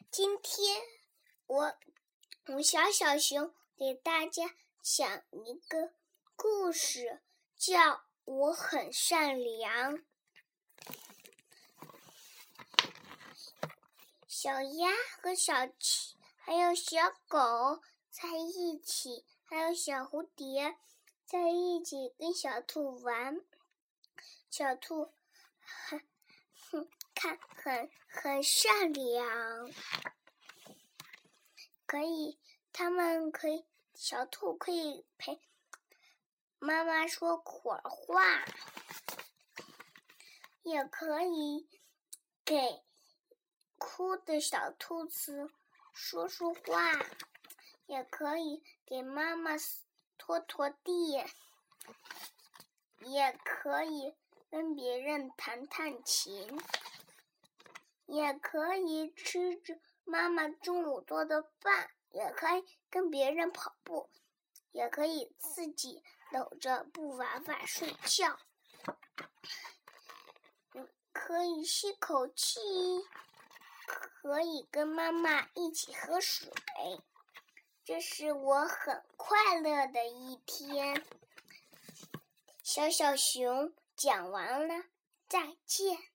今天我小熊给大家讲一个故事，叫《我很善良》。小鸭和小鸡还有小狗在一起，还有小蝴蝶在一起跟小兔玩。小兔很善良，小兔可以陪妈妈说会儿话，也可以给哭的小兔子说说话，也可以给妈妈拖拖地，也可以跟别人弹弹琴，也可以吃着妈妈中午做的饭，也可以跟别人跑步，也可以自己搂着布娃娃睡觉，可以吸口气，可以跟妈妈一起喝水。这是我很快乐的一天。小熊讲完了，再见。